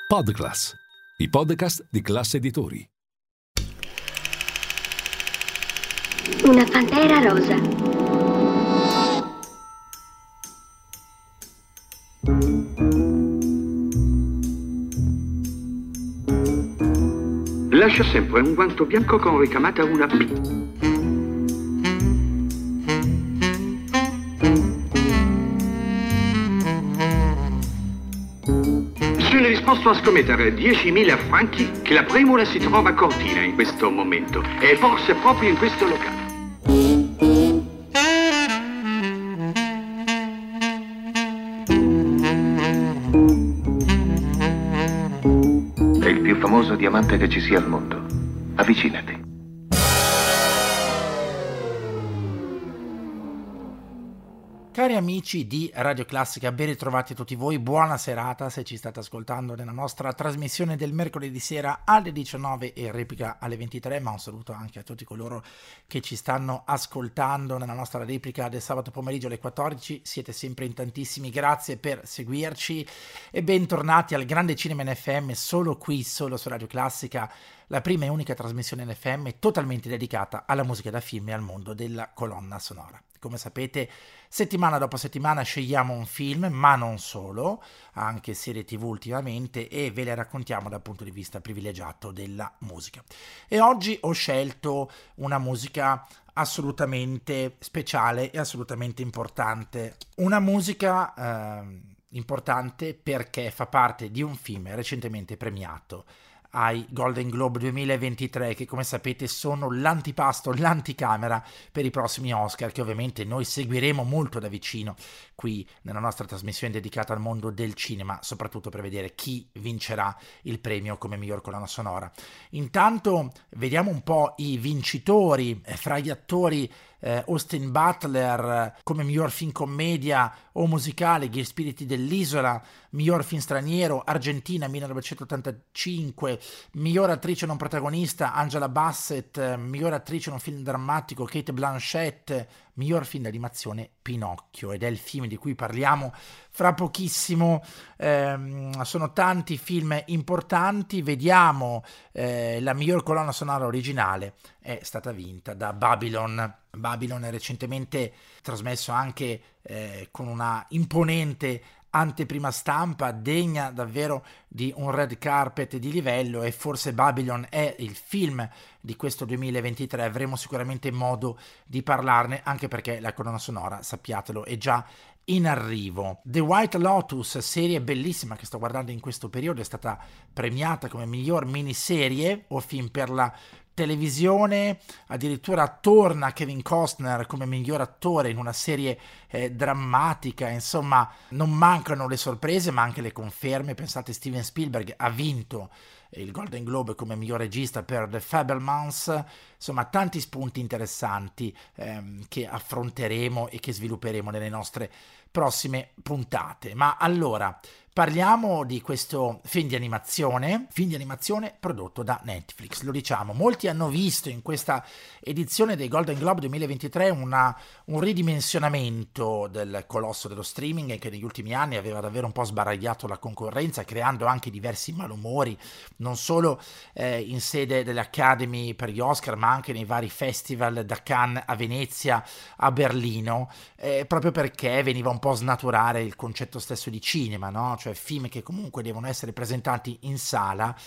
Podclass, i podcast di Class Editori. Una pantera rosa. Lascia sempre un guanto bianco con ricamata una P. Sono disposto a scommettere 10.000 franchi che la Premula si trova a Cortina in questo momento e forse proprio in questo locale. È il più famoso diamante che ci sia al mondo. Avvicinati. Cari amici di Radio Classica, ben ritrovati a tutti voi, buona serata se ci state ascoltando nella nostra trasmissione del mercoledì sera alle 19 e replica alle 23, ma un saluto anche a tutti coloro che ci stanno ascoltando nella nostra replica del sabato pomeriggio alle 14, siete sempre in tantissimi, grazie per seguirci e bentornati al Grande Cinema in FM, solo qui, solo su Radio Classica, la prima e unica trasmissione in FM totalmente dedicata alla musica da film e al mondo della colonna sonora. Come sapete, settimana dopo settimana scegliamo un film, ma non solo, anche serie TV ultimamente, e ve le raccontiamo dal punto di vista privilegiato della musica. E oggi ho scelto una musica assolutamente speciale e assolutamente importante. Una musica importante perché fa parte di un film recentemente premiato ai Golden Globe 2023, che come sapete sono l'antipasto, l'anticamera per i prossimi Oscar, che ovviamente noi seguiremo molto da vicino qui nella nostra trasmissione dedicata al mondo del cinema, soprattutto per vedere chi vincerà il premio come miglior colonna sonora. Intanto vediamo un po' i vincitori fra gli attori. Austin Butler come miglior film commedia o musicale, Gli spiriti dell'isola, miglior film straniero, Argentina 1985, miglior attrice non protagonista, Angela Bassett, miglior attrice in un film drammatico, Cate Blanchett, miglior film d'animazione, Pinocchio, ed è il film di cui parliamo fra pochissimo. Sono tanti film importanti, vediamo. La miglior colonna sonora originale è stata vinta da Babylon è recentemente trasmesso anche con una imponente anteprima stampa degna davvero di un red carpet di livello, e forse Babylon è il film di questo 2023, avremo sicuramente modo di parlarne, anche perché la colonna sonora, sappiatelo, è già in arrivo. The White Lotus, serie bellissima che sto guardando in questo periodo, è stata premiata come miglior miniserie o film per la televisione, addirittura torna Kevin Costner come miglior attore in una serie drammatica, insomma non mancano le sorprese ma anche le conferme. Pensate, Steven Spielberg ha vinto il Golden Globe come miglior regista per The Fabelmans, insomma tanti spunti interessanti che affronteremo e che svilupperemo nelle nostre prossime puntate. Ma allora parliamo di questo film di animazione prodotto da Netflix. Lo diciamo, molti hanno visto in questa edizione dei Golden Globe 2023 un ridimensionamento del colosso dello streaming, che negli ultimi anni aveva davvero un po' sbaragliato la concorrenza, creando anche diversi malumori, non solo in sede delle Academy per gli Oscar, ma anche nei vari festival, da Cannes a Venezia a Berlino, proprio perché veniva un po' a snaturare il concetto stesso di cinema, no? Cioè film che comunque devono essere presentati in sala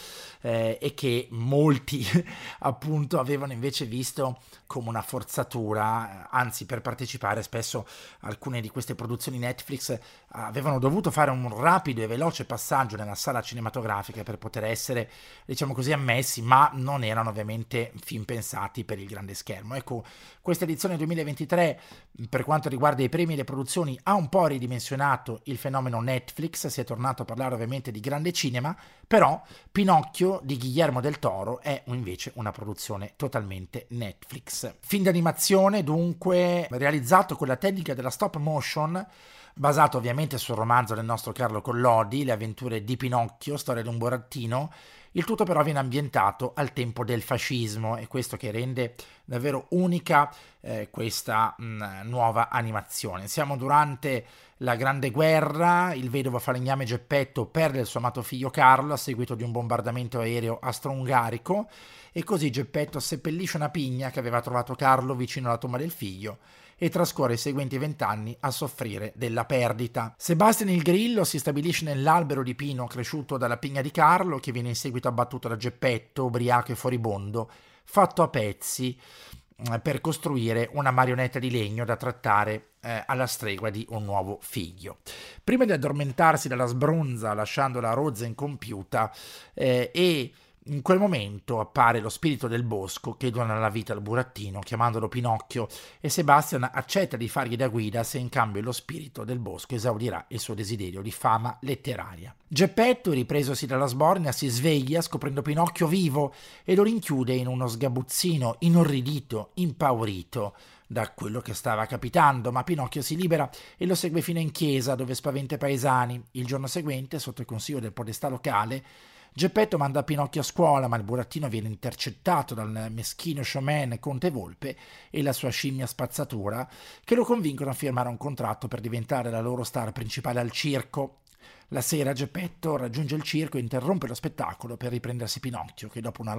e che molti appunto avevano invece visto come una forzatura, anzi per partecipare spesso alcune di queste produzioni Netflix avevano dovuto fare un rapido e veloce passaggio nella sala cinematografica per poter essere, diciamo così, ammessi, ma non erano ovviamente film pensati per il grande schermo. Ecco, questa edizione 2023 per quanto riguarda i premi e le produzioni ha un po' ridimensionato il fenomeno Netflix, si è tornato a parlare ovviamente di grande cinema, però Pinocchio di Guillermo del Toro è invece una produzione totalmente Netflix. Film d'animazione dunque realizzato con la tecnica della stop motion, basato ovviamente sul romanzo del nostro Carlo Collodi, Le avventure di Pinocchio, storia di un burattino. Il tutto però viene ambientato al tempo del fascismo, e questo che rende davvero unica questa nuova animazione. Siamo durante la Grande Guerra, il vedovo falegname Geppetto perde il suo amato figlio Carlo a seguito di un bombardamento aereo austro-ungarico, e così Geppetto seppellisce una pigna che aveva trovato Carlo vicino alla tomba del figlio e trascorre i seguenti 20 anni a soffrire della perdita. Sebastian il Grillo si stabilisce nell'albero di pino cresciuto dalla pigna di Carlo, che viene in seguito abbattuto da Geppetto, ubriaco e furibondo, fatto a pezzi per costruire una marionetta di legno da trattare alla stregua di un nuovo figlio. Prima di addormentarsi dalla sbronza, lasciando la rozza incompiuta, e in quel momento appare lo spirito del bosco che dona la vita al burattino, chiamandolo Pinocchio, e Sebastian accetta di fargli da guida se in cambio lo spirito del bosco esaudirà il suo desiderio di fama letteraria. Geppetto, ripresosi dalla sbornia, si sveglia scoprendo Pinocchio vivo e lo rinchiude in uno sgabuzzino inorridito, impaurito da quello che stava capitando, ma Pinocchio si libera e lo segue fino in chiesa, dove spaventa i paesani. Il giorno seguente, sotto il consiglio del podestà locale, Geppetto manda Pinocchio a scuola, ma il burattino viene intercettato dal meschino showman Conte Volpe e la sua scimmia spazzatura, che lo convincono a firmare un contratto per diventare la loro star principale al circo. La sera Geppetto raggiunge il circo e interrompe lo spettacolo per riprendersi Pinocchio, che dopo una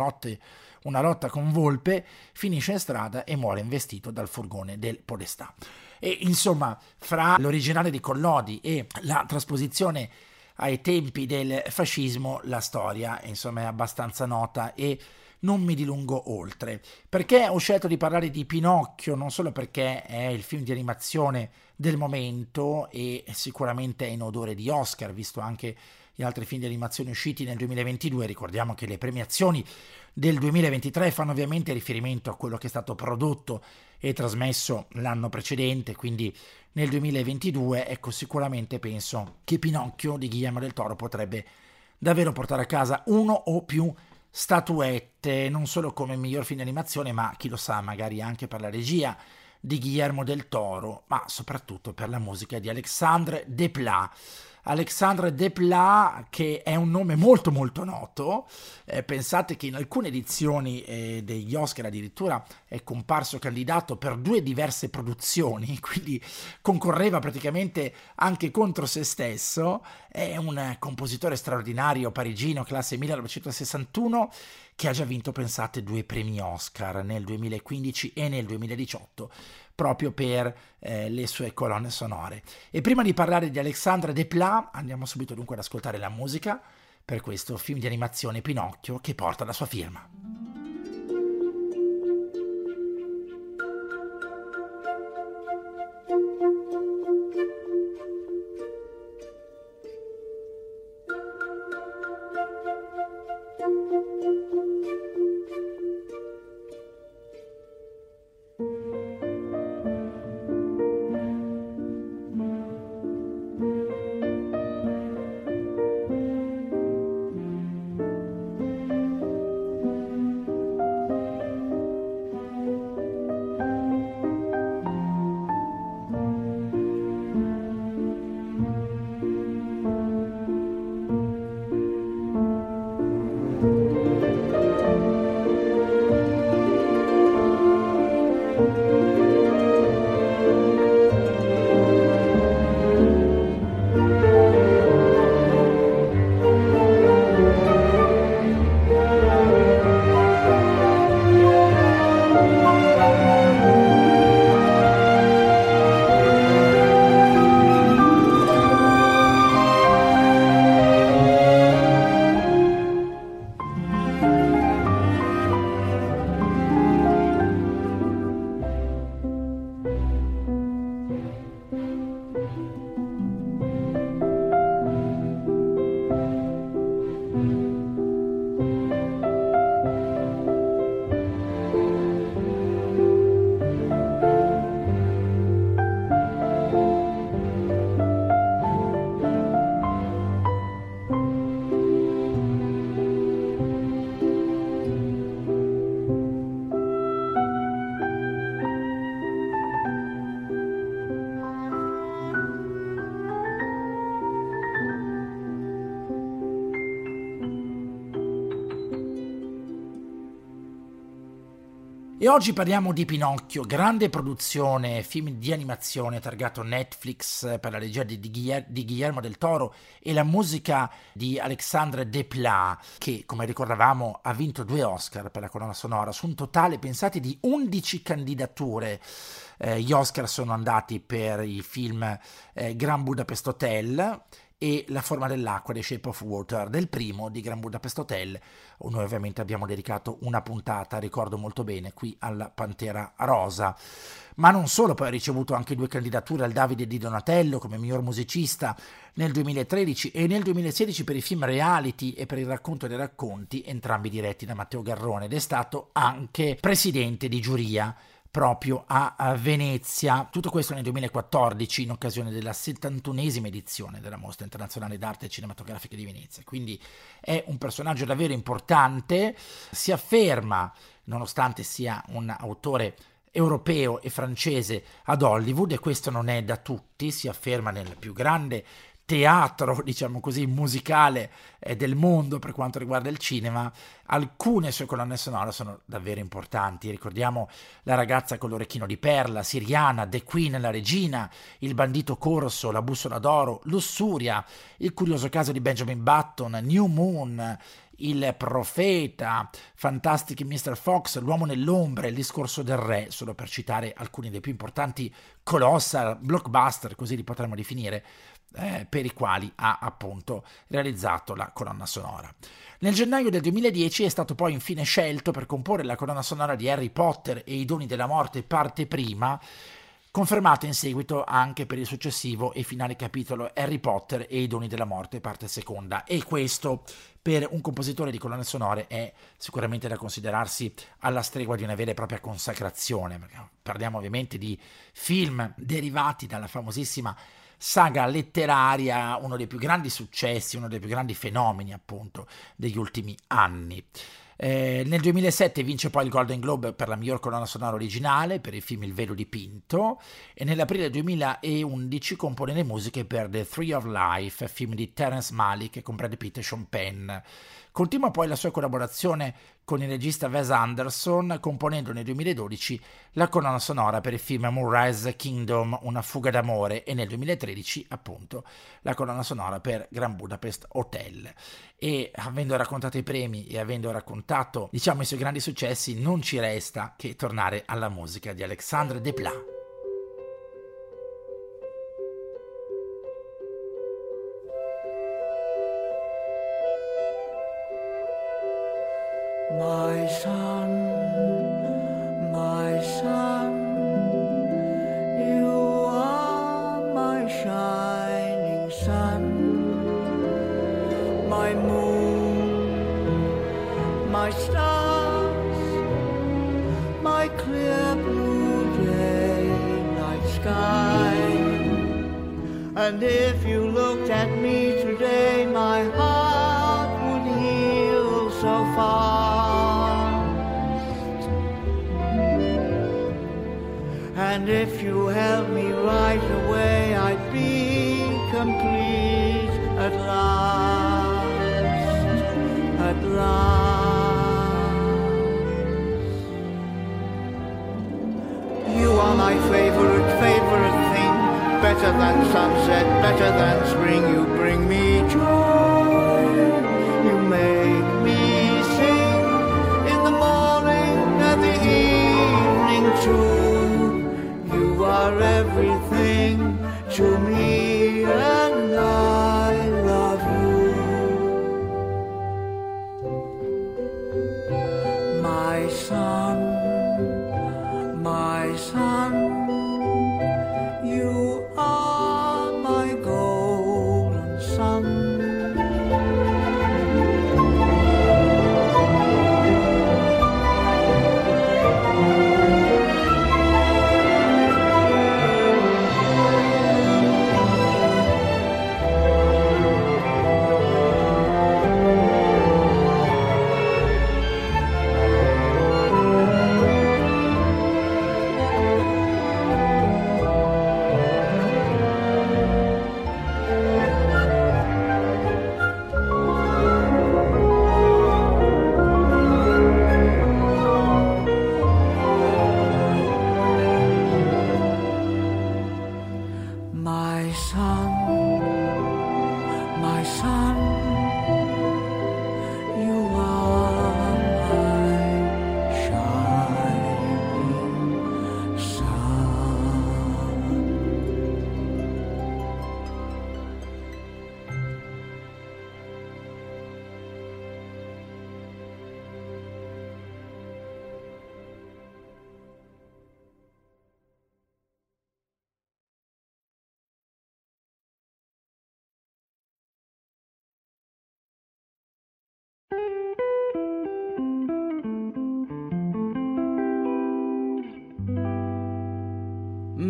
lotta con Volpe finisce in strada e muore investito dal furgone del podestà. E insomma, fra l'originale di Collodi e la trasposizione ai tempi del fascismo, la storia insomma è abbastanza nota e non mi dilungo oltre. Perché ho scelto di parlare di Pinocchio? Non solo perché è il film di animazione del momento e sicuramente è in odore di Oscar, visto anche gli altri film di animazione usciti nel 2022. Ricordiamo che le premiazioni del 2023 fanno ovviamente riferimento a quello che è stato prodotto e trasmesso l'anno precedente, quindi nel 2022. Ecco, sicuramente penso che Pinocchio di Guillermo del Toro potrebbe davvero portare a casa uno o più statuette, non solo come miglior film di animazione, ma chi lo sa, magari anche per la regia di Guillermo del Toro, ma soprattutto per la musica di Alexandre Desplat. Alexandre Desplat, che è un nome molto molto noto. Pensate che in alcune edizioni degli Oscar addirittura è comparso candidato per 2 diverse produzioni, quindi concorreva praticamente anche contro se stesso. È un compositore straordinario parigino, classe 1961, che ha già vinto, pensate, 2 premi Oscar nel 2015 e nel 2018, proprio per le sue colonne sonore. E prima di parlare di Alexandre Desplat, andiamo subito dunque ad ascoltare la musica per questo film di animazione Pinocchio, che porta la sua firma. E oggi parliamo di Pinocchio, grande produzione, film di animazione targato Netflix per la regia di Guillermo del Toro e la musica di Alexandre Desplat, che come ricordavamo ha vinto 2 Oscar per la colonna sonora su un totale, pensate, di 11 candidature. Gli Oscar sono andati per i film Grand Budapest Hotel e La forma dell'acqua, The Shape of Water. Del primo, di Grand Budapest Hotel, noi ovviamente abbiamo dedicato una puntata, ricordo molto bene, qui alla Pantera Rosa. Ma non solo, poi ha ricevuto anche 2 candidature al Davide di Donatello come miglior musicista nel 2013 e nel 2016 per i film reality e per il racconto dei racconti, entrambi diretti da Matteo Garrone, ed è stato anche presidente di giuria proprio a Venezia. Tutto questo nel 2014 in occasione della 71esima edizione della Mostra Internazionale d'Arte Cinematografica di Venezia. Quindi è un personaggio davvero importante, si afferma, nonostante sia un autore europeo e francese ad Hollywood, e questo non è da tutti, si afferma nel più grande teatro, diciamo così, musicale del mondo per quanto riguarda il cinema. Alcune sue colonne sonore sono davvero importanti, ricordiamo La ragazza con l'orecchino di perla, Siriana, The Queen, La regina, Il bandito corso, La bussola d'oro, Lussuria, Il curioso caso di Benjamin Button, New Moon, Il profeta, Fantastic Mr. Fox, L'uomo nell'ombra, Il discorso del re, solo per citare alcuni dei più importanti colossal, blockbuster, così li potremmo definire, per i quali ha appunto realizzato la colonna sonora. Nel gennaio del 2010 è stato poi infine scelto per comporre la colonna sonora di Harry Potter e i doni della morte parte prima, confermato in seguito anche per il successivo e finale capitolo Harry Potter e i doni della morte parte seconda, e questo per un compositore di colonne sonore è sicuramente da considerarsi alla stregua di una vera e propria consacrazione. Parliamo ovviamente di film derivati dalla famosissima saga letteraria, uno dei più grandi successi, uno dei più grandi fenomeni appunto degli ultimi anni. Nel 2007 vince poi il Golden Globe per la miglior colonna sonora originale per il film Il velo dipinto, e nell'aprile 2011 compone le musiche per The Tree of Life, film di Terrence Malick con Brad Pitt e Sean Penn. Continua poi la sua collaborazione con il regista Wes Anderson, componendo nel 2012 la colonna sonora per il film Moonrise Kingdom, Una fuga d'amore, e nel 2013 appunto la colonna sonora per Grand Budapest Hotel. E avendo raccontato i premi e avendo raccontato, diciamo, i suoi grandi successi, non ci resta che tornare alla musica di Alexandre Desplat. My son, you are my shining sun, my moon, my stars, my clear blue day-night sky. And if you looked at me today, my heart would heal so fast. And if you held me right away, I'd be complete at last, at last. You are my favorite thing, better than sunset, better than spring. You bring me joy, you make me sing, in the morning and the evening too. You are everything to me, and I love you. My son, you are my golden sun.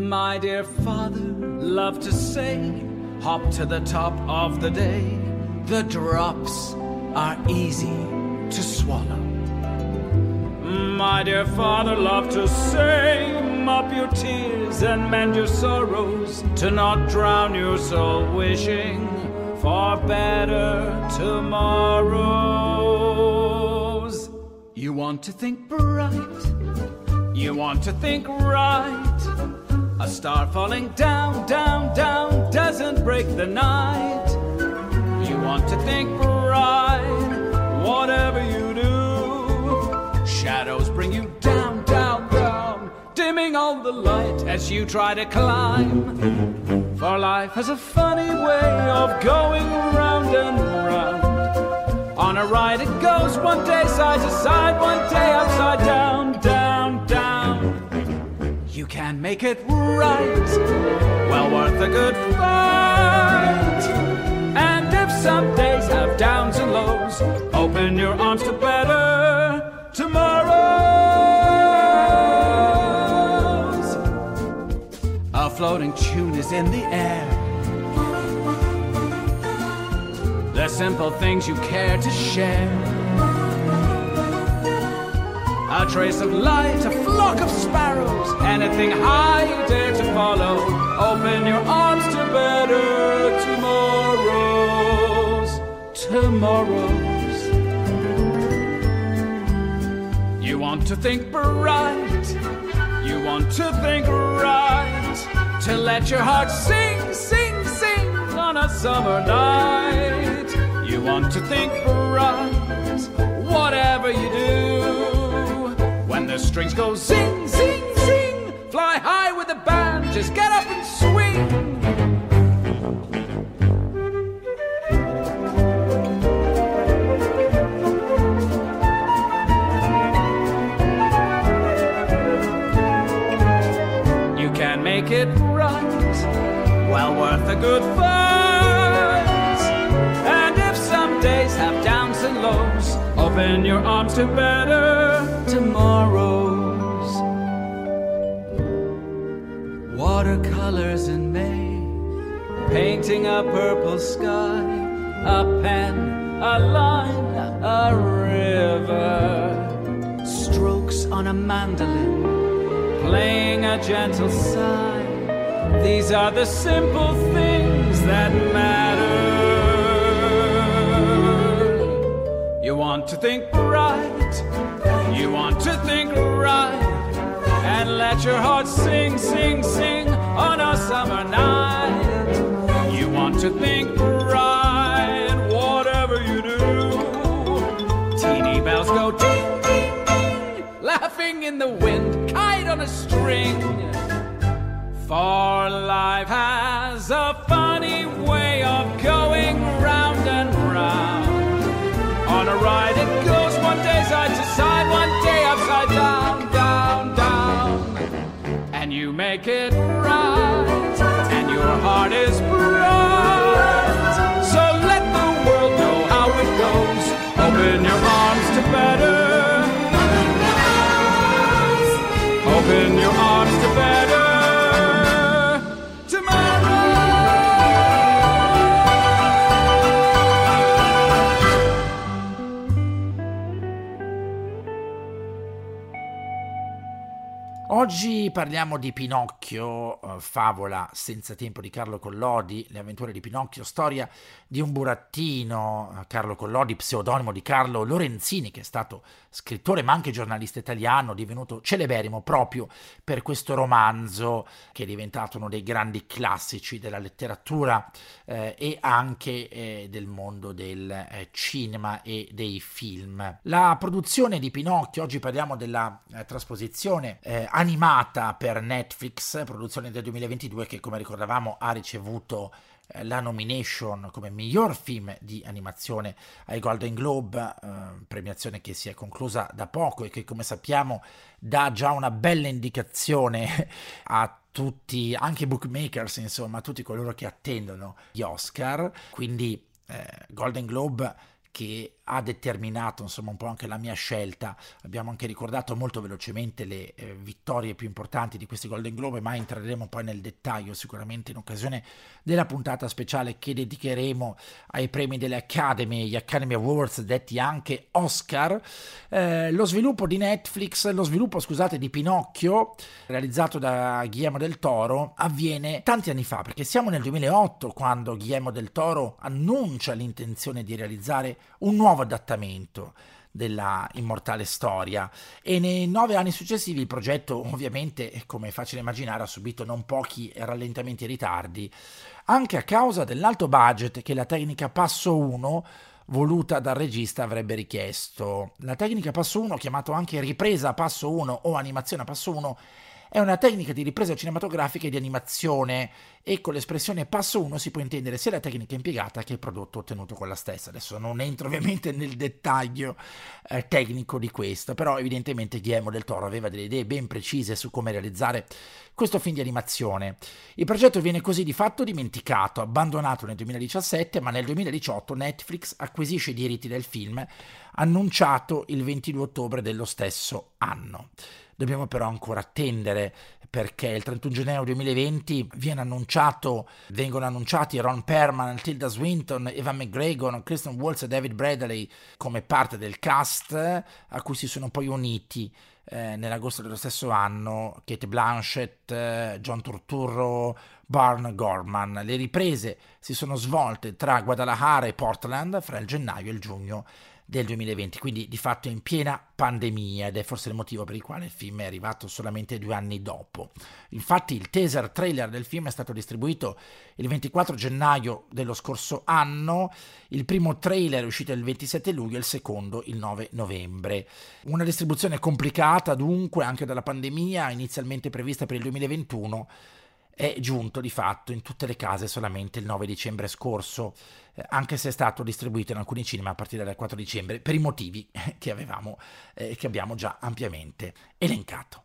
My dear father loved to say, hop to the top of the day. The drops are easy to swallow. My dear father loved to say, mop your tears and mend your sorrows, to not drown your soul wishing for better tomorrows. You want to think bright, you want to think right. A star falling down, down, down doesn't break the night. You want to think bright, whatever you do. Shadows bring you down, down, down, dimming all the light as you try to climb. For life has a funny way of going round and round. On a ride it goes one day side to side, one day upside down, down, down. You can make it right, well worth a good fight. And if some days have downs and lows, open your arms to better tomorrows. A floating tune is in the air. The simple things you care to share. A trace of light, a flock of sparrows, anything high you dare to follow. Open your arms to better tomorrows, tomorrows. You want to think bright, you want to think right, to let your heart sing, sing, sing on a summer night. You want to think bright, whatever you do. When the strings go zing, zing, zing, fly high with the band, just get up and swing. You can make it right, well worth a good fight. And if some days have downs and lows, open your arms to better tomorrows. Watercolors in May, painting a purple sky, a pen, a line, a river. Strokes on a mandolin, playing a gentle sigh. These are the simple things that matter. You want to think bright, you want to think right, and let your heart sing, sing, sing on a summer night. You want to think bright, whatever you do. Teeny bells go ding, ding, ding, laughing in the wind, kite on a string. For life has a funny way of going round and round. On a ride it goes one day side to side, one day upside down, down, down. And you make it right, and your heart is bright. So let the world know how it goes. Open your arms to better. Open your arms to better. Oggi parliamo di Pinocchio, favola senza tempo di Carlo Collodi, le avventure di Pinocchio, storia di un burattino. Carlo Collodi, pseudonimo di Carlo Lorenzini, che è stato scrittore ma anche giornalista italiano, divenuto celeberrimo proprio per questo romanzo che è diventato uno dei grandi classici della letteratura e anche del mondo del cinema e dei film. La produzione di Pinocchio, oggi parliamo della trasposizione animata per Netflix, produzione del 2022, che come ricordavamo ha ricevuto la nomination come miglior film di animazione ai Golden Globe, premiazione che si è conclusa da poco e che, come sappiamo, dà già una bella indicazione a tutti, anche i bookmakers, insomma, a tutti coloro che attendono gli Oscar. Quindi Golden Globe che ha determinato insomma un po' anche la mia scelta. Abbiamo anche ricordato molto velocemente le vittorie più importanti di questi Golden Globe, ma entreremo poi nel dettaglio sicuramente in occasione della puntata speciale che dedicheremo ai premi delle Academy, gli Academy Awards detti anche Oscar. Lo sviluppo di di Pinocchio, realizzato da Guillermo del Toro, avviene tanti anni fa, perché siamo nel 2008 quando Guillermo del Toro annuncia l'intenzione di realizzare un nuovo adattamento della immortale storia, e nei 9 anni successivi il progetto, ovviamente, come è facile immaginare, ha subito non pochi rallentamenti e ritardi, anche a causa dell'alto budget che la tecnica Passo 1 voluta dal regista avrebbe richiesto. La tecnica Passo 1, chiamato anche ripresa Passo 1 o animazione a Passo 1, è una tecnica di ripresa cinematografica e di animazione, e con l'espressione Passo 1 si può intendere sia la tecnica impiegata che il prodotto ottenuto con la stessa. Adesso non entro ovviamente nel dettaglio tecnico di questo, però evidentemente Guillermo del Toro aveva delle idee ben precise su come realizzare questo film di animazione. Il progetto viene così di fatto dimenticato, abbandonato nel 2017, ma nel 2018 Netflix acquisisce i diritti del film, annunciato il 22 ottobre dello stesso anno. Dobbiamo però ancora attendere, perché il 31 gennaio 2020 vengono annunciati Ron Perlman, Tilda Swinton, Evan McGregor, Kristen Waltz e David Bradley come parte del cast, a cui si sono poi uniti nell'agosto dello stesso anno Cate Blanchett, John Turturro, Barn Gorman. Le riprese si sono svolte tra Guadalajara e Portland fra il gennaio e il giugno del 2020, quindi di fatto in piena pandemia, ed è forse il motivo per il quale il film è arrivato solamente 2 anni dopo. Infatti il teaser trailer del film è stato distribuito il 24 gennaio dello scorso anno, il primo trailer è uscito il 27 luglio e il secondo il 9 novembre. Una distribuzione complicata dunque anche dalla pandemia, inizialmente prevista per il 2021, è giunto di fatto in tutte le case solamente il 9 dicembre scorso, anche se è stato distribuito in alcuni cinema a partire dal 4 dicembre per i motivi che abbiamo già ampiamente elencato.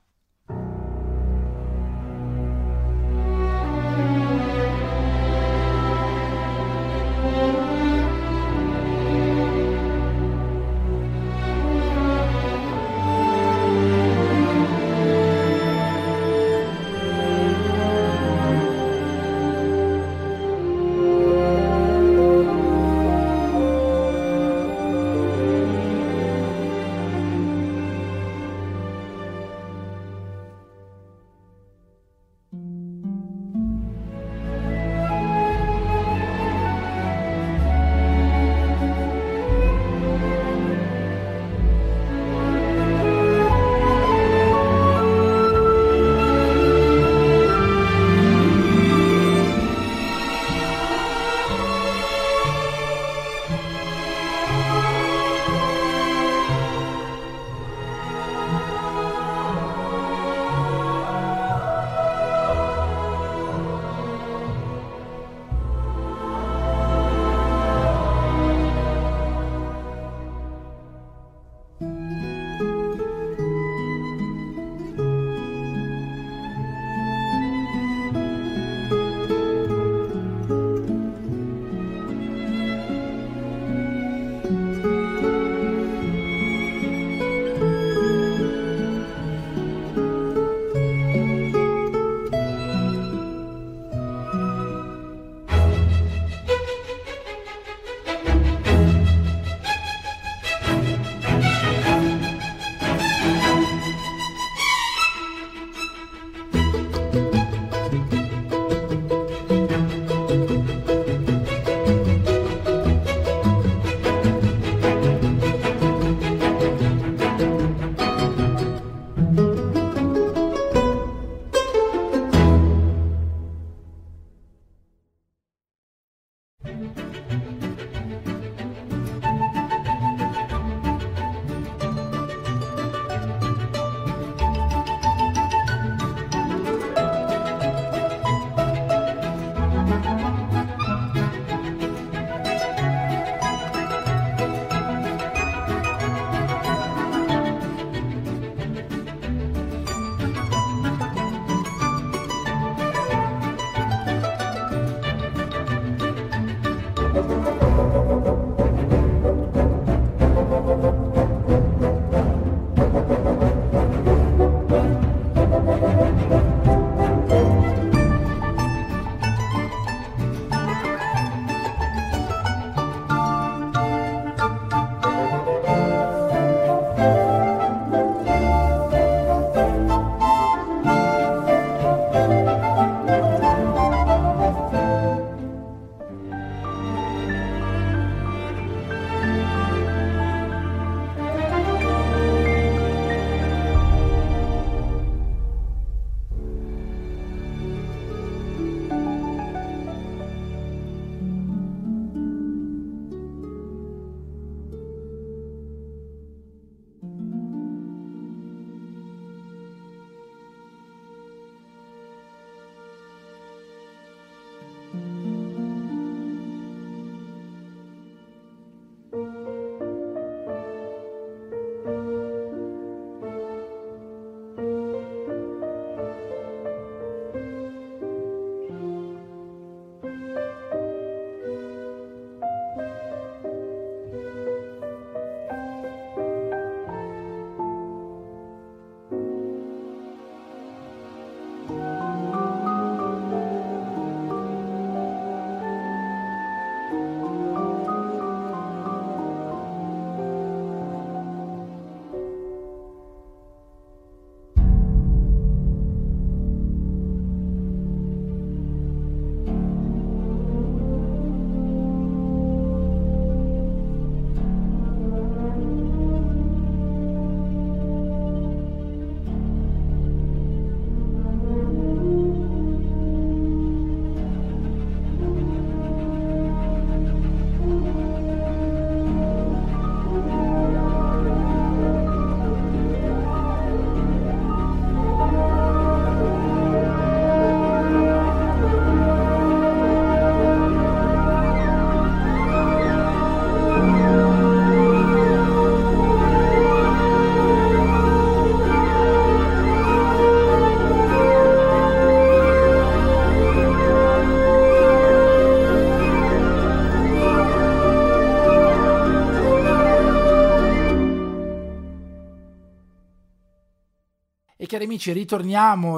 cari amici, ritorniamo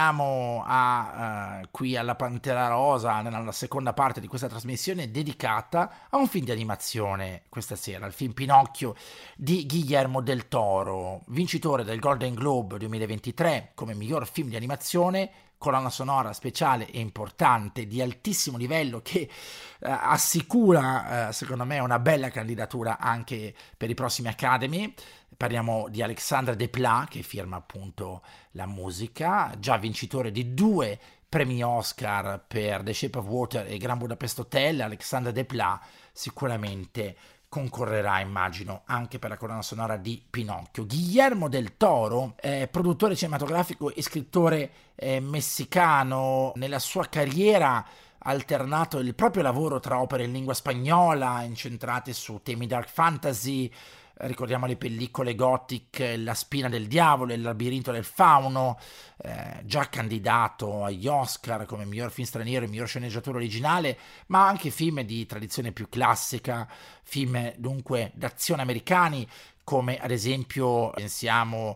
a qui alla Pantera Rosa, nella seconda parte di questa trasmissione dedicata a un film di animazione questa sera, il film Pinocchio di Guillermo del Toro, vincitore del Golden Globe 2023 come miglior film di animazione, colonna sonora speciale e importante di altissimo livello che assicura secondo me una bella candidatura anche per i prossimi Academy. Parliamo di Alexandre Desplat, che firma appunto la musica, già vincitore di 2 premi Oscar per The Shape of Water e Grand Budapest Hotel. Alexandre Desplat sicuramente concorrerà, immagino, anche per la colonna sonora di Pinocchio. Guillermo del Toro, produttore cinematografico e scrittore messicano, nella sua carriera ha alternato il proprio lavoro tra opere in lingua spagnola incentrate su temi dark fantasy. Ricordiamo le pellicole Gothic, La spina del diavolo e Il labirinto del fauno, già candidato agli Oscar come miglior film straniero e miglior sceneggiatura originale, ma anche film di tradizione più classica, film dunque d'azione americani, come ad esempio pensiamo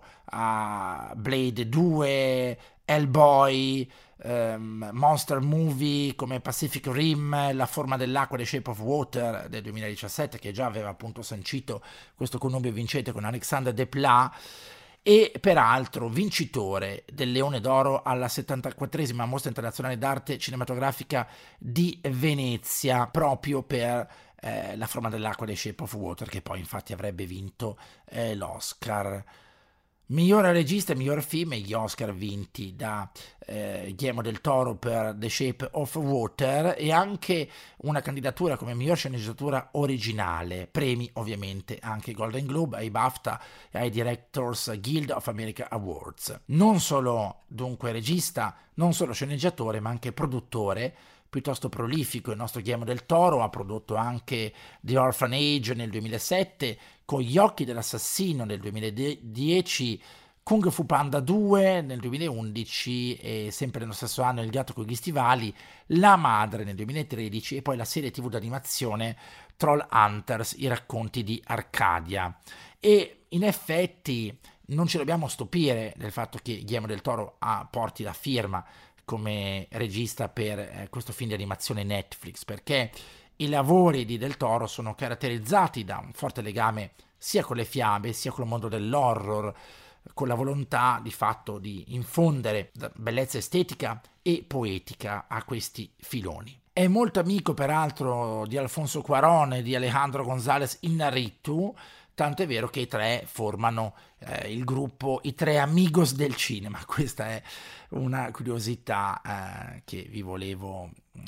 a Blade 2, Hellboy, Monster Movie come Pacific Rim, La forma dell'acqua, The Shape of Water del 2017, che già aveva appunto sancito questo connubio vincente con Alexandre Desplat, e peraltro vincitore del Leone d'Oro alla 74esima Mostra Internazionale d'Arte Cinematografica di Venezia proprio per La forma dell'acqua, The Shape of Water, che poi infatti avrebbe vinto l'Oscar. Miglior regista e miglior film, gli Oscar vinti da Guillermo del Toro per The Shape of Water, e anche una candidatura come miglior sceneggiatura originale, premi ovviamente anche Golden Globe, ai BAFTA e ai Directors Guild of America Awards. Non solo dunque regista, non solo sceneggiatore, ma anche produttore piuttosto prolifico. Il nostro Guillermo del Toro ha prodotto anche The Orphanage nel 2007, Con gli occhi dell'assassino nel 2010, Kung Fu Panda 2 nel 2011 e sempre nello stesso anno Il gatto con gli stivali, La madre nel 2013 e poi la serie TV d'animazione Troll Hunters, i racconti di Arcadia. E in effetti non ci dobbiamo stupire del fatto che Guillermo del Toro porti la firma come regista per questo film di animazione Netflix, perché i lavori di Del Toro sono caratterizzati da un forte legame sia con le fiabe sia con il mondo dell'horror, con la volontà di fatto di infondere bellezza estetica e poetica a questi filoni. È molto amico peraltro di Alfonso Cuarón e di Alejandro González Iñárritu, tanto è vero che i tre formano il gruppo I Tre Amigos del Cinema. Questa è una curiosità che vi volevo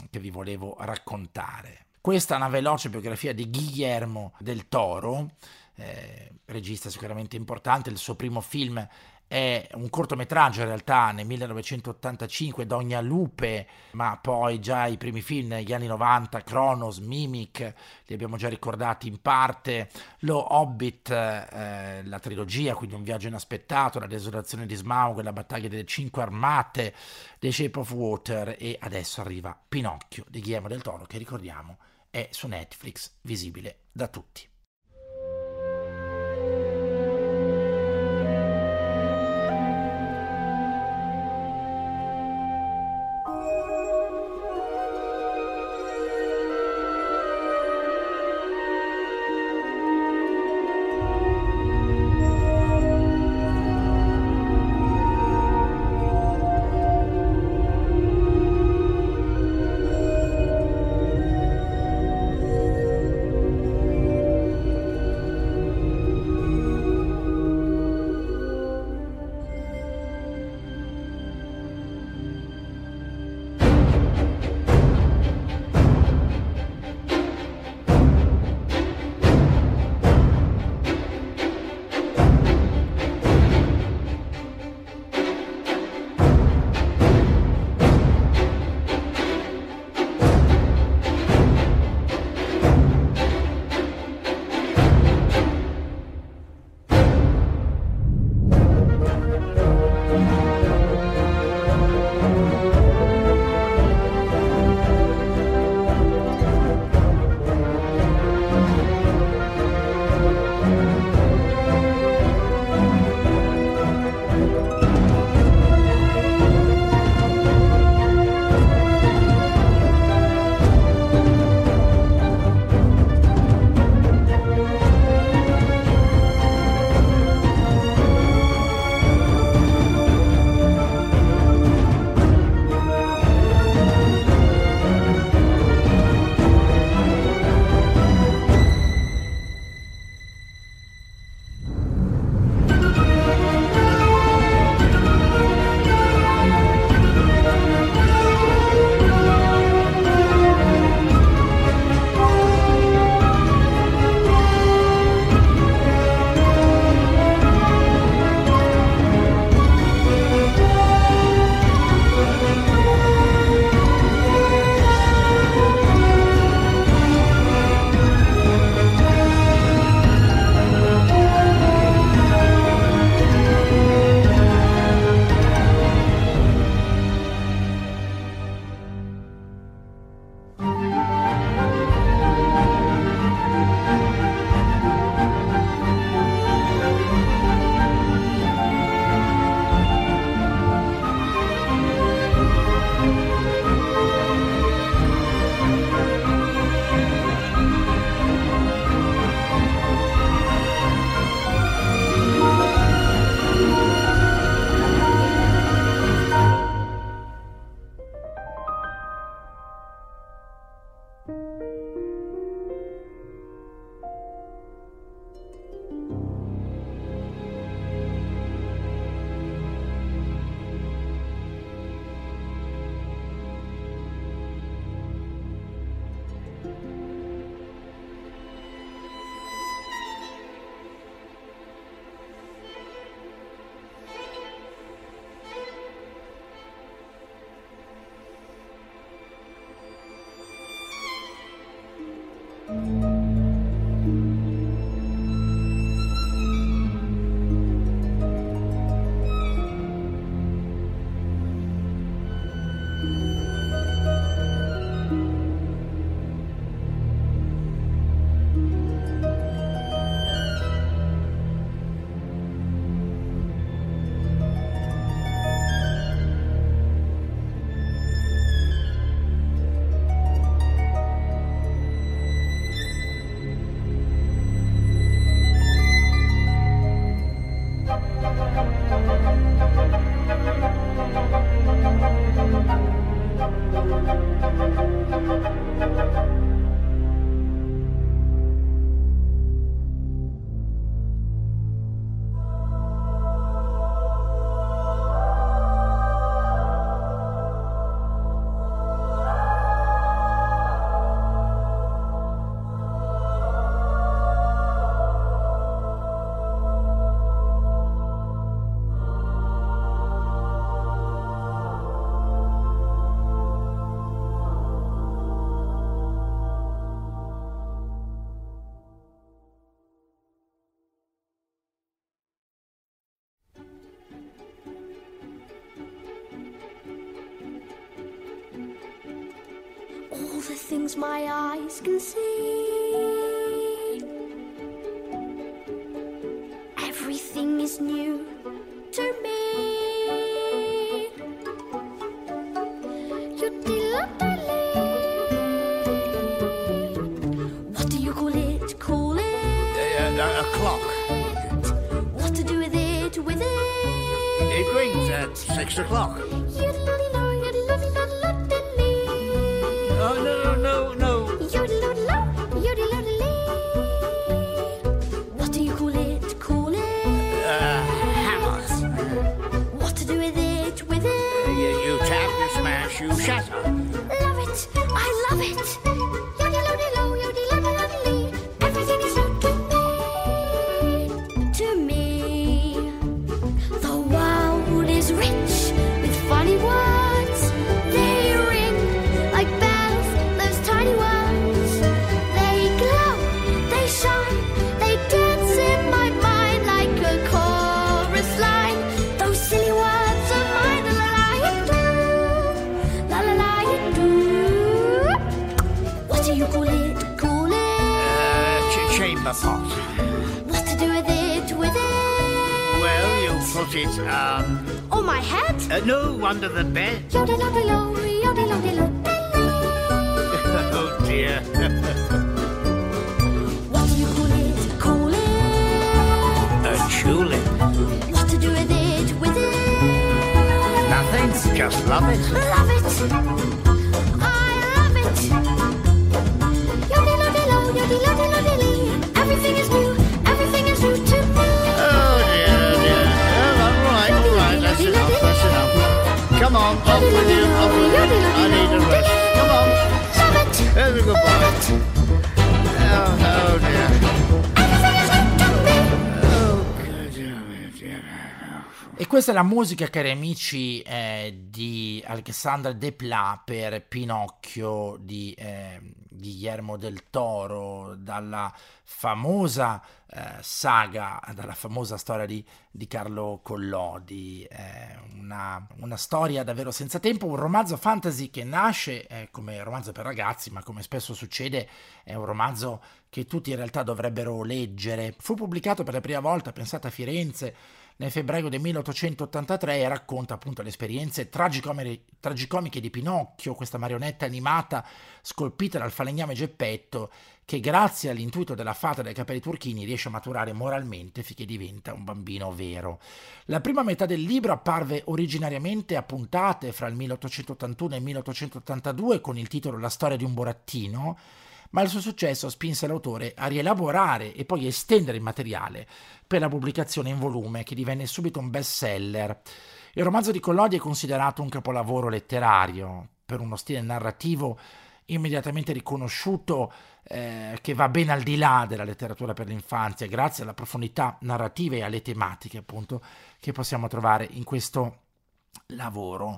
raccontare. Questa è una veloce biografia di Guillermo del Toro, regista sicuramente importante. Il suo primo film è un cortometraggio in realtà nel 1985, Dogna Lupe, ma poi già i primi film negli anni 90, Cronos, Mimic, li abbiamo già ricordati in parte, Lo Hobbit, la trilogia, quindi Un viaggio inaspettato, La desolazione di Smaug, La battaglia delle 5 armate, The Shape of Water, e adesso arriva Pinocchio di Guillermo del Toro, che ricordiamo è su Netflix, visibile da tutti. things my eyes can see. Everything is new to me. What do you call it? Call it A clock. What to do with it? With it? It rings at 6 o'clock. Oh, no. What do you call it? Call it Hammer. What to do with it? With it? You tap, you smash, you shatter. Love it, I love it. Everything is new to me. The world is rich with funny words. They ring like bells, those tiny words. They glow, they shine, they dance in my mind like a chorus line. Those silly words of mine, la la la you do. What do you call it? Call it Chamber pot. what to do with it? With it? Well, you put it, On my head? no, under the bed. Yodel-odel-o, yodel-odel-o. Oh, dear. What do you call it? Call it A tulip. what to do with it? With it? Nothing, just love it. Love it, I love it. Yodel-odel-o, yodel-odel-odel-ee. Everything is new to me. Oh, dear. All right, that's enough. Come on, off with you. I need a rest. Come on. Love it, There's a good boy. Oh, dear. everything is new to me. Oh, good dear. E questa è la musica, cari amici, di Alexandre Desplat per Pinocchio di Guillermo del Toro, dalla famosa saga, dalla famosa storia di Carlo Collodi. Una storia davvero senza tempo, un romanzo fantasy che nasce come romanzo per ragazzi, ma come spesso succede è un romanzo che tutti in realtà dovrebbero leggere. Fu pubblicato per la prima volta, pensate, a Firenze nel febbraio del 1883 e racconta appunto le esperienze tragicomiche di Pinocchio, questa marionetta animata scolpita dal falegname Geppetto che grazie all'intuito della fata dai capelli turchini riesce a maturare moralmente finché diventa un bambino vero. La prima metà del libro apparve originariamente a puntate fra il 1881 e il 1882 con il titolo La storia di un burattino, ma il suo successo spinse l'autore a rielaborare e poi estendere il materiale per la pubblicazione in volume, che divenne subito un bestseller. Il romanzo di Collodi è considerato un capolavoro letterario per uno stile narrativo immediatamente riconosciuto che va ben al di là della letteratura per l'infanzia, grazie alla profondità narrativa e alle tematiche appunto che possiamo trovare in questo lavoro.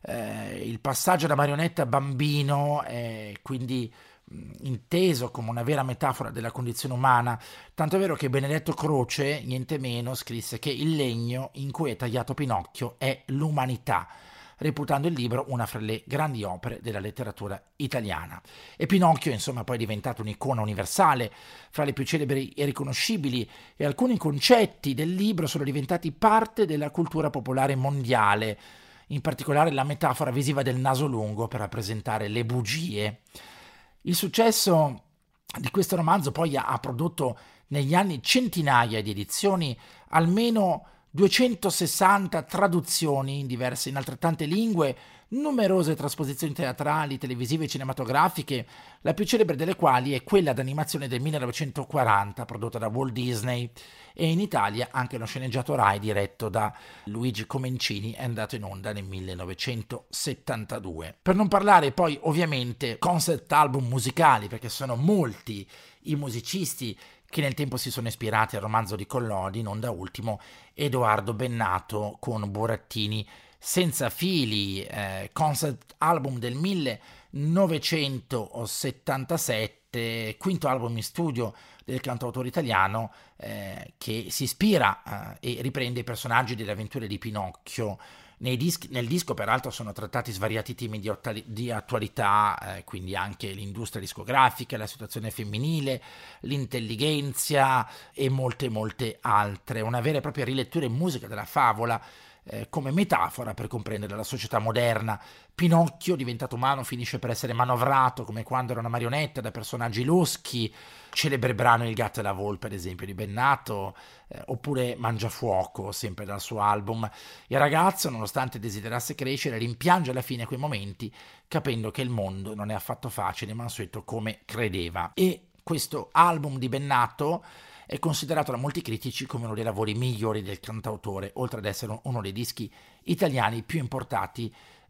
Il passaggio da marionetta a bambino è quindi inteso come una vera metafora della condizione umana, tanto è vero che Benedetto Croce, niente meno, scrisse che il legno in cui è tagliato Pinocchio è l'umanità, reputando il libro una fra le grandi opere della letteratura italiana. E Pinocchio, insomma, poi è diventato un'icona universale, fra le più celebri e riconoscibili, e alcuni concetti del libro sono diventati parte della cultura popolare mondiale, in particolare la metafora visiva del naso lungo per rappresentare le bugie. Il successo di questo romanzo poi ha prodotto negli anni centinaia di edizioni, almeno 260 traduzioni in altrettante lingue, numerose trasposizioni teatrali, televisive e cinematografiche, la più celebre delle quali è quella d'animazione del 1940 prodotta da Walt Disney, e in Italia anche lo sceneggiato Rai diretto da Luigi Comencini è andato in onda nel 1972. Per non parlare poi ovviamente concept album musicali, perché sono molti i musicisti che nel tempo si sono ispirati al romanzo di Collodi, non da ultimo Edoardo Bennato con Burattini senza fili, concept album del 1977, quinto album in studio del cantautore italiano, che si ispira e riprende i personaggi delle avventure di Pinocchio. Nel disco peraltro sono trattati svariati temi di attualità, quindi anche l'industria discografica, la situazione femminile, l'intelligenza e molte altre. Una vera e propria rilettura in musica della favola, come metafora per comprendere la società moderna. Pinocchio, diventato umano, finisce per essere manovrato come quando era una marionetta da personaggi loschi. Celebre brano Il gatto e la volpe, ad esempio, di Bennato, oppure Mangiafuoco, sempre dal suo album. Il ragazzo, nonostante desiderasse crescere, rimpiange alla fine quei momenti, capendo che il mondo non è affatto facile e mansueto come credeva. E questo album di Bennato è considerato da molti critici come uno dei lavori migliori del cantautore, oltre ad essere uno dei dischi italiani più importanti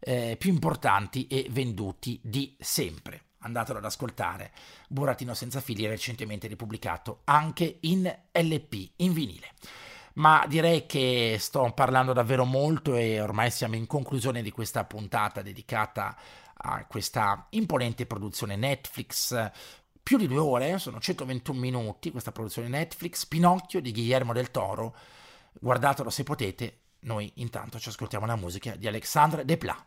e venduti di sempre. Andatelo ad ascoltare. Burattino senza fili è recentemente ripubblicato anche in LP, in vinile. Ma direi che sto parlando davvero molto e ormai siamo in conclusione di questa puntata dedicata a questa imponente produzione Netflix. Più di 2 ore, sono 121 minuti questa produzione Netflix, Pinocchio di Guillermo del Toro. Guardatelo se potete. Noi intanto ci ascoltiamo la musica di Alexandre Desplat.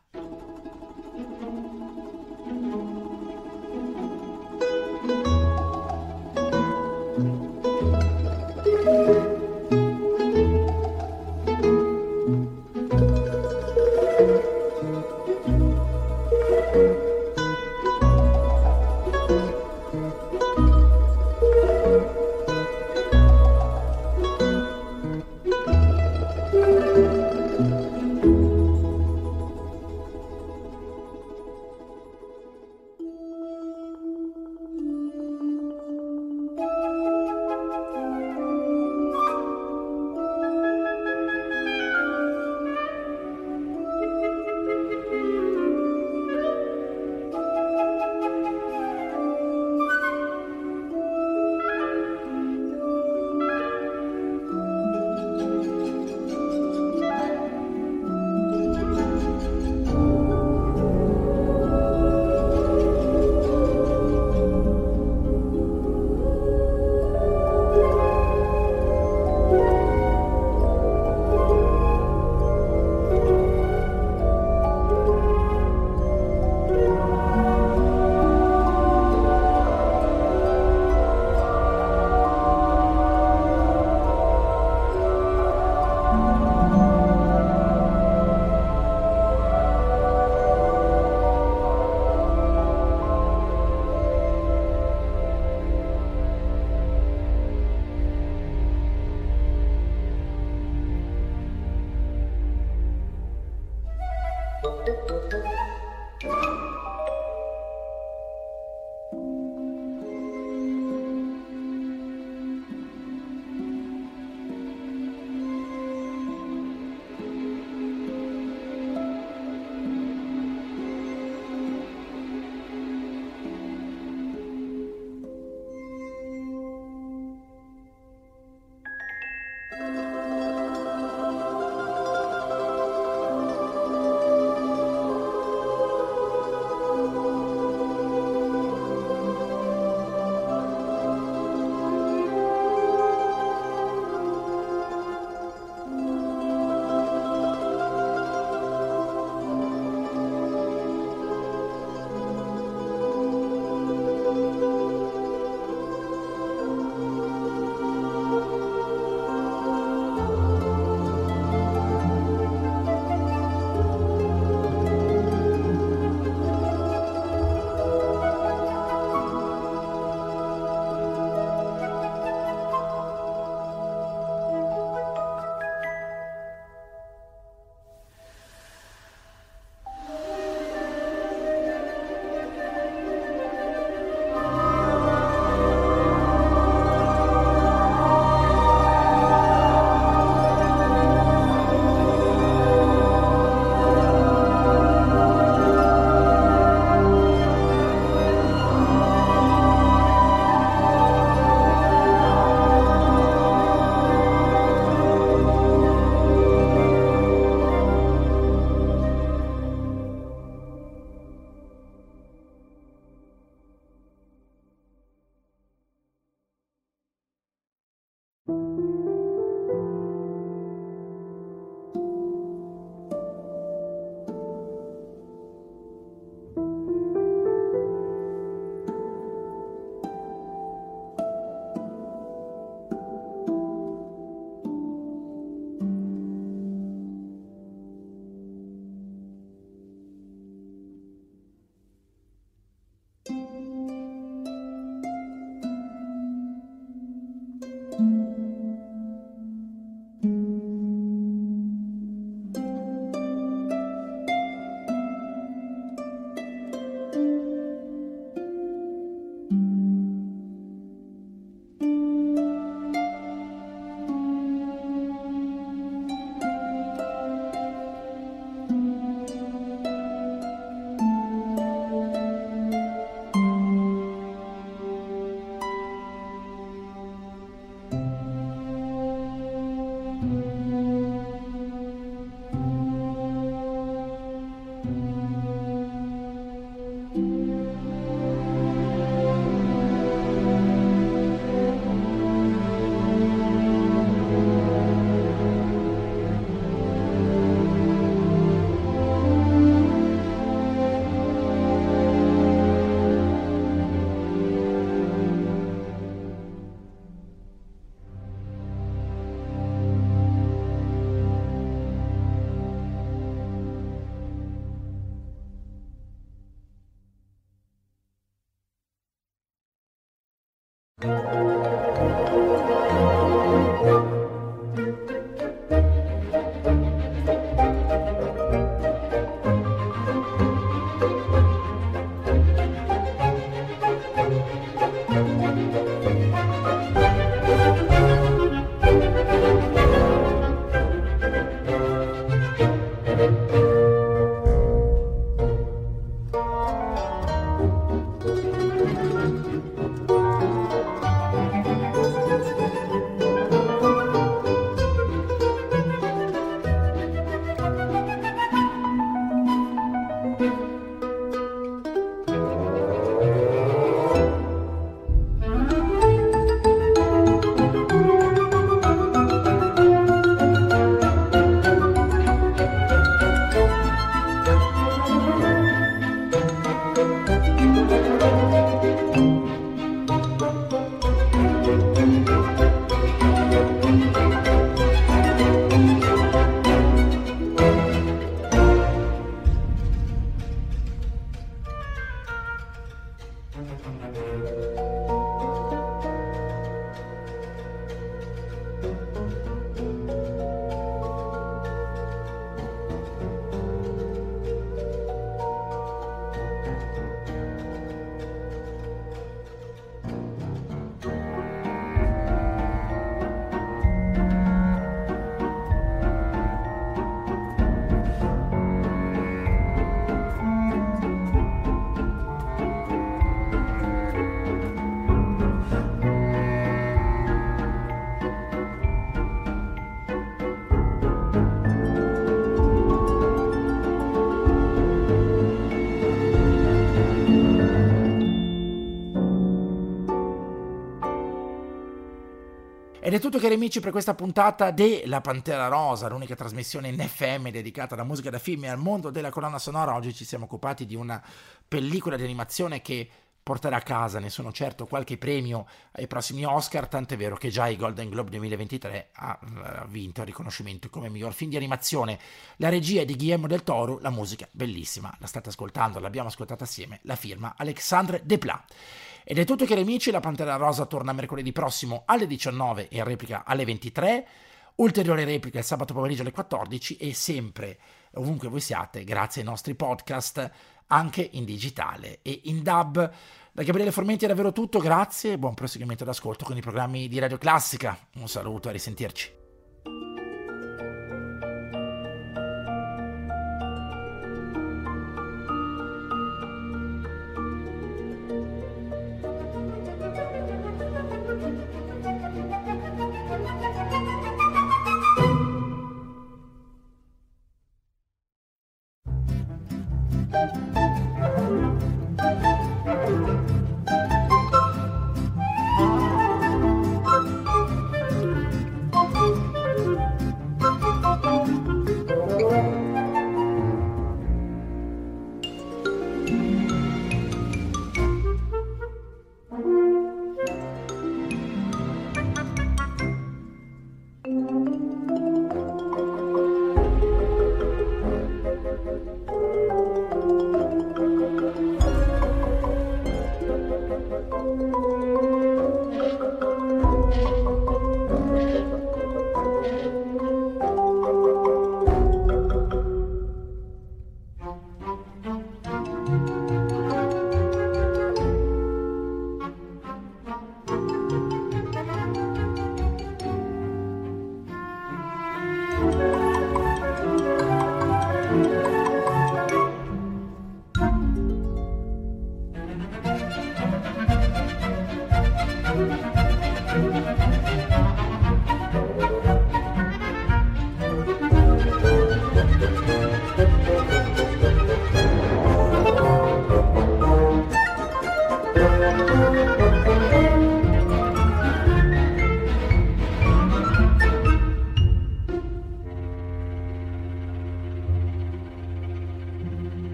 Ed è tutto, cari amici, per questa puntata della Pantera Rosa, l'unica trasmissione in FM dedicata alla musica da film e al mondo della colonna sonora. Oggi ci siamo occupati di una pellicola di animazione che porterà a casa, ne sono certo, qualche premio ai prossimi Oscar, tant'è vero che già i Golden Globe 2023 ha vinto il riconoscimento come miglior film di animazione. La regia è di Guillermo del Toro, la musica bellissima, la state ascoltando, l'abbiamo ascoltata assieme, la firma Alexandre Desplat. Ed è tutto, cari amici, la Pantera Rosa torna mercoledì prossimo alle 19 e in replica alle 23, ulteriore replica il sabato pomeriggio alle 14 e sempre, ovunque voi siate, grazie ai nostri podcast, anche in digitale e in DAB. Da Gabriele Formenti è davvero tutto, grazie e buon proseguimento d'ascolto con i programmi di Radio Classica. Un saluto e a risentirci.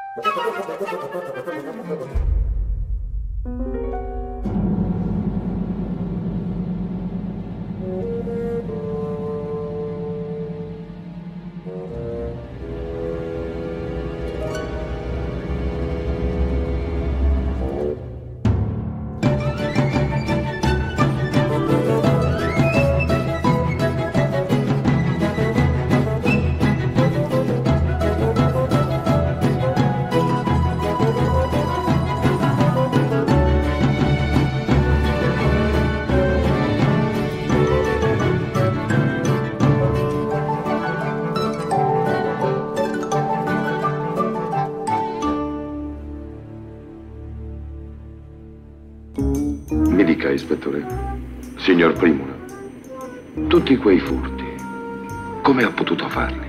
Mi dica, ispettore, signor Primula, tutti quei furti, come ha potuto farli?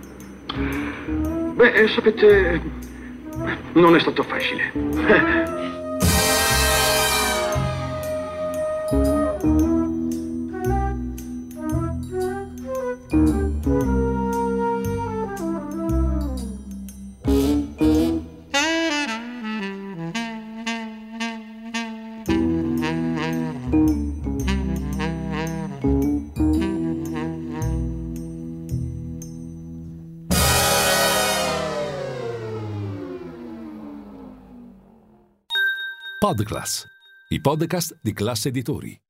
Beh, sapete, non è stato facile. Podclass, i podcast di Classe Editori.